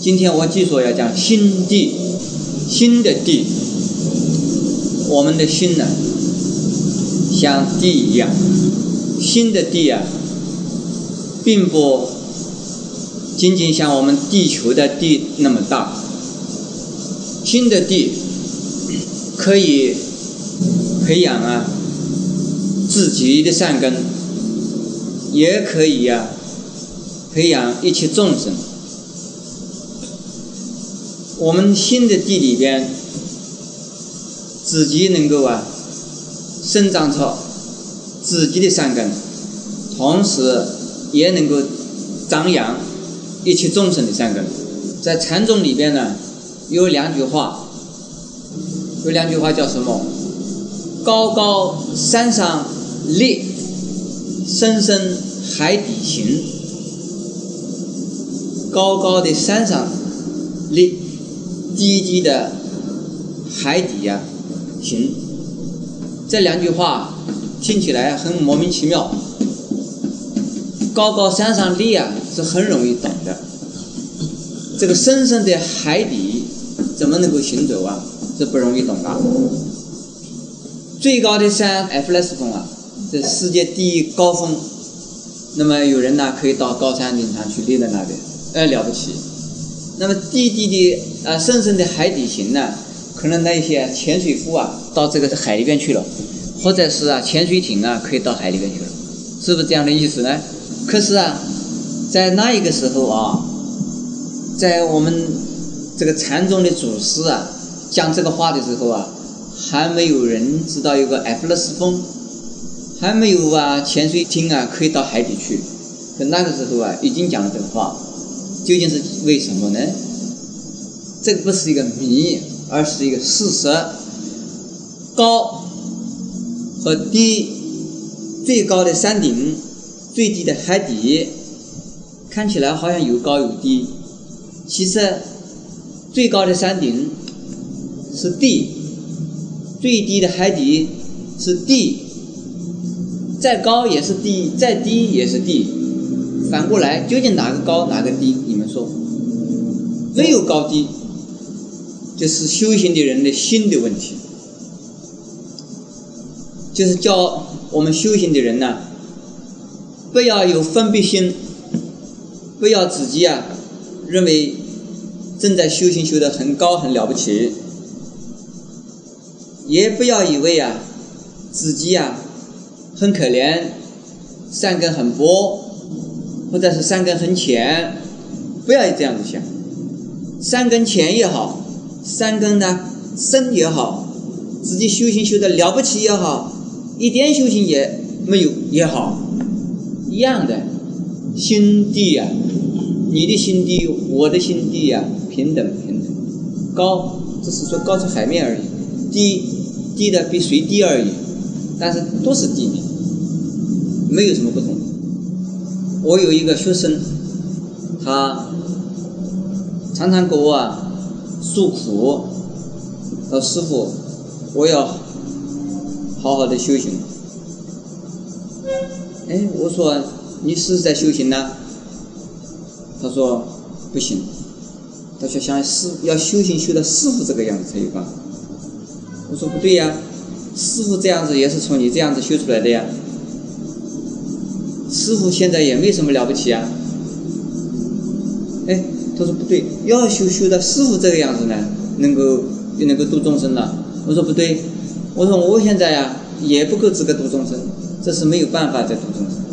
今天我继续要讲心地，心的地。我们的心呢，像地一样，心的地啊，并不仅仅像我们地球的地那么大。心的地可以培养自己的善根，也可以培养一切众生。我们心的地里边，自己能够生长出自己的善根，同时也能够张扬一切众生的善根。在禅宗里边呢，有两句话叫什么？高高山上立，深深海底行。高高的山上立，低低的海底行。这两句话听起来很莫名其妙。高高山上立是很容易懂的，这个深深的海底怎么能够行走是不容易懂的。最高的山埃弗雷斯峰这世界第一高峰，那么有人可以到高山顶上去立在那边，了不起。那么低低的深深的海底行呢，可能那些潜水夫到这个海里边去了，或者是潜水艇可以到海里边去了，是不是这样的意思呢？可是在那一个时候在我们这个禅宗的祖师讲这个话的时候还没有人知道有个埃弗雷斯峰，还没有潜水艇可以到海底去。可那个时候已经讲了这个话，究竟是为什么呢？这个不是一个谜，而是一个事实。高和低，最高的山顶，最低的海底，看起来好像有高有低，其实最高的山顶是地，最低的海底是地，再高也是地，再低也是地。反过来，究竟哪个高哪个低？你们说？没有高低，这是修行的人的心的问题。就是叫我们修行的人不要有分别心，不要自己认为正在修行修得很高很了不起，也不要以为自己很可怜，善根很薄，或者是善根很浅，不要这样子想。善根浅也好，善根深也好，自己修行修得了不起也好，一点修行也没有也好，一样的。心地你的心地我的心地平等。高只是说高出海面而已，低的比水低而已，但是都是地，没有什么不同。我有一个学生，他常常跟我诉苦，说师父，我要好好的修行。我说你是在修行呢？他说不行，他说想要修行修到师父这个样子才有办法。我说不对师父这样子也是从你这样子修出来的师父现在也没什么了不起他说不对，要修到师父这个样子呢，能够度众生了。我说不对，我说我现在也不够资格度众生，这是没有办法再度众生。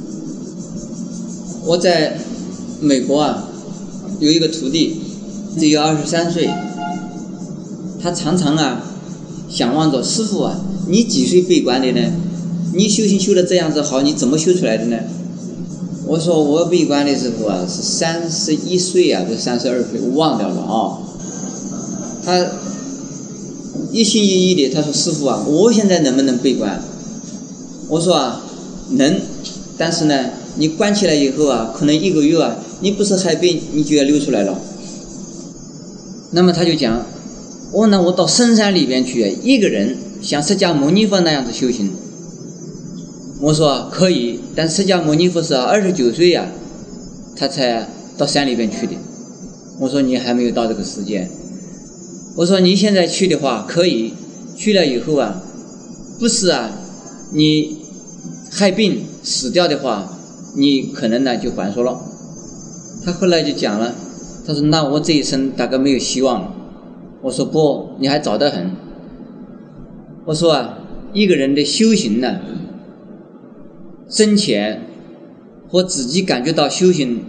我在美国有一个徒弟，只有23岁，他常常想望着师父你几岁闭关的呢？你修行修得这样子好，你怎么修出来的呢？我说我闭关的时候是31岁不是32岁，我忘掉了他一心一意的，他说师父我现在能不能闭关？我说能，但是呢你关起来以后可能1个月你不是海边你就要流出来了。那么他就讲，我到深山里边去一个人像释迦牟尼佛那样子修行。我说可以，但释迦牟尼佛是29岁他才到山里边去的。 我说你还没有到这个时间。我说你现在去的话可以，去了以后啊，不是啊，你害病死掉的话，你可能呢就还说了。他后来就讲了，他说那我这一生大概没有希望了。我说不，你还早得很。我说啊，一个人的修行呢，深浅或自己感觉到修行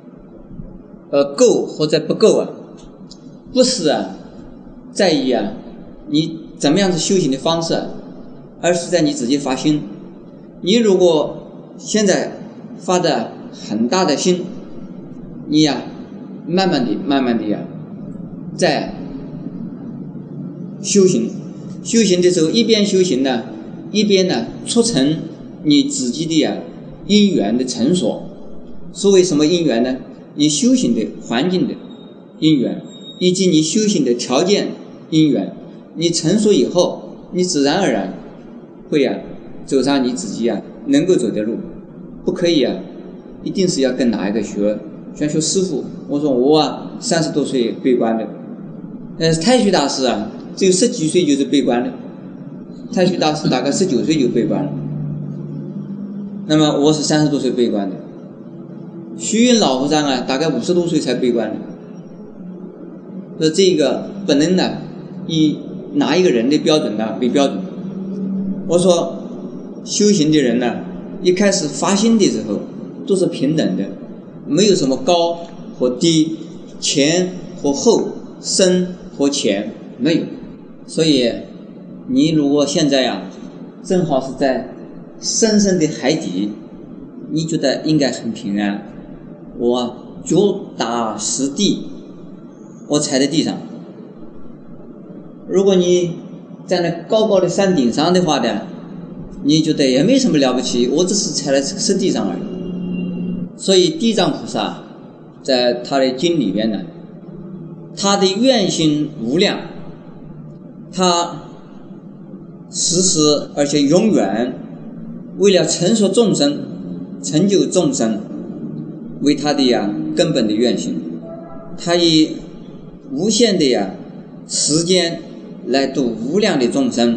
够或者不够啊，不是啊在意啊你怎么样子修行的方式，而是在你自己发心。你如果现在发的很大的心，你呀慢慢的呀在修行的时候，一边修行呢，一边呢促成你自己的因缘的成熟。所谓什么因缘呢？你修行的环境的因缘，以及你修行的条件因缘，你成熟以后，你自然而然会走上你自己能够走的路。不可以一定是要跟哪一个学师傅。我说我30多岁闭关的，太虚大师只有10几岁就是闭关的，太虚大师大概19岁就闭关了。那么我是30多岁闭关的，虚云老和尚大概50多岁才闭关的。所以这个不能以哪一个人的标准为标准。我说修行的人一开始发心的时候都是平等的，没有什么高或低，前或后，深或浅，没有。所以你如果现在正好是在深深的海底，你觉得应该很平安。我脚打实地，我踩在地上。如果你在那高高的山顶上的话你觉得也没什么了不起，我只是踩在实地上而已。所以地藏菩萨在他的经里面呢，他的愿心无量，他时时而且永远为了成熟众生、成就众生为他的根本的愿心，他以无限的时间来度无量的众生。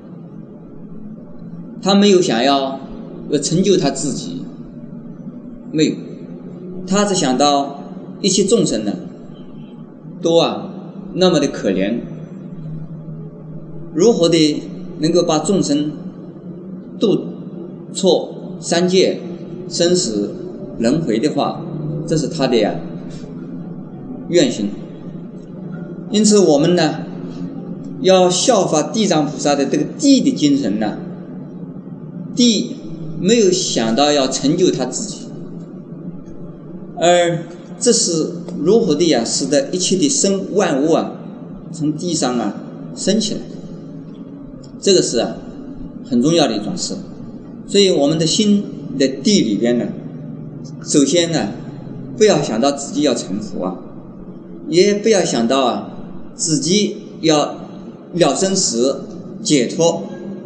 他没有想要成就他自己，没有，他只想到一切众生都那么的可怜，如何的能够把众生度脱三界生死轮回的话，这是他的愿心。因此我们要效法地藏菩萨的这个地的精神地没有想到要成就他自己，而这是如何的使得一切的万物从地上升起来，这个是很重要的一种事。所以我们的心的地里边首先不要想到自己要成佛也不要想到自己要了生死解脱。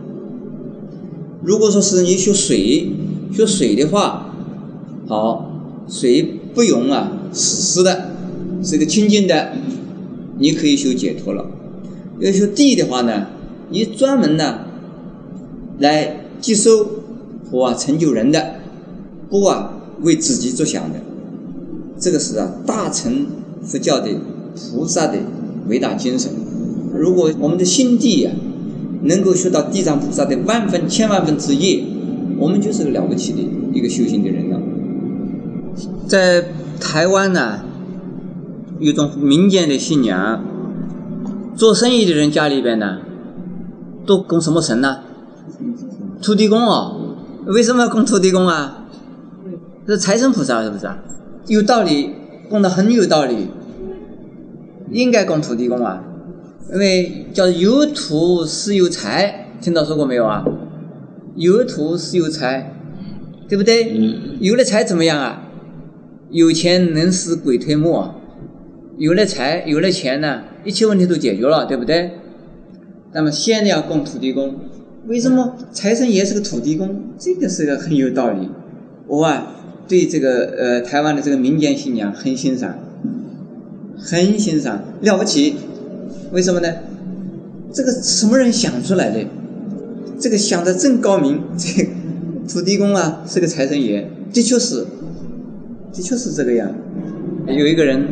如果说是你学水的话，好，水不用死的，是个清净的，你可以修解脱了。要学地的话你专门来接收或成就人的，不为自己着想的。这个是大乘佛教的菩萨的伟大精神。如果我们的心地能够学到地藏菩萨的万分千万分之一，我们就是个了不起的一个修行的人了。在台湾有一种民间的信仰，做生意的人家里边都供什么神土地公为什么要供土地公是财神菩萨，是不是有道理，供得很有道理，应该供土地公因为叫有土是有财，听到说过没有有土是有财，对不对？有了财怎么样有钱能使鬼推磨，有了财有了钱一切问题都解决了，对不对？那么先要供土地公，为什么财神爷是个土地公？这个是个很有道理。我对这个台湾的这个民间信仰很欣赏， 很欣赏，了不起。为什么呢？这个什么人想出来的？这个想的真高明。这个土地公啊是个财神爷，的确是这个样。有一个人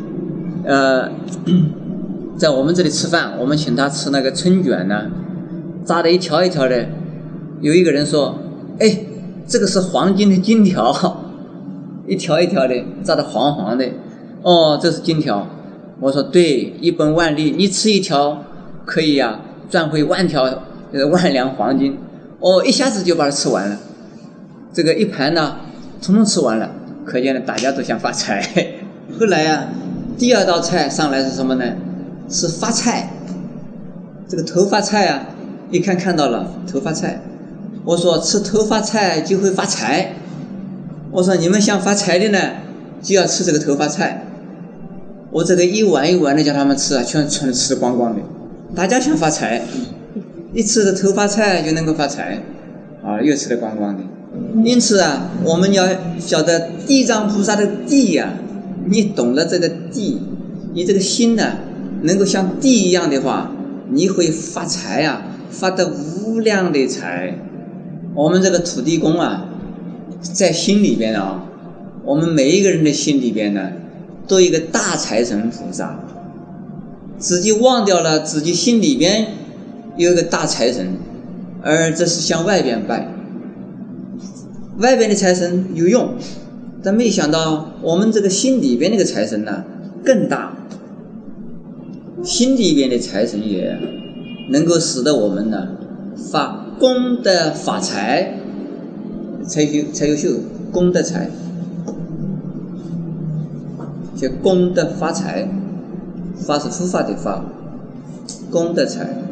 在我们这里吃饭，我们请他吃那个春卷呢，扎的一条一条的。有一个人说，哎，这个是黄金的金条，一条一条的扎的黄黄的。哦，这是金条。我说对，一本万利，你吃一条可以呀，赚回万两黄金。哦，一下子就把它吃完了。这个一盘呢统统吃完了，可见呢大家都想发财。后来啊，第二道菜上来是什么呢？是发菜。这个头发菜啊，一看到了头发菜。我说吃头发菜就会发财。我说你们想发财的呢，就要吃这个头发菜。我这个一碗一碗的叫他们吃啊，全吃光光的。大家想发财，一吃的头发菜就能够发财啊，又吃得光光的。因此啊，我们要晓得地藏菩萨的地啊，你懂了这个地，你这个心呢能够像地一样的话，你会发财啊，发得无量的财。我们这个土地公啊，在心里边啊，我们每一个人的心里边呢，都有一个大财神菩萨。自己忘掉了自己心里边有一个大财神，而这是向外边拜。外边的财神有用，但没想到我们这个心里边那个财神呢更大。心里边的财神爷能够使得我们呢发功德发财，才有秀功德财，就功德发财。发是护法的发，功德财。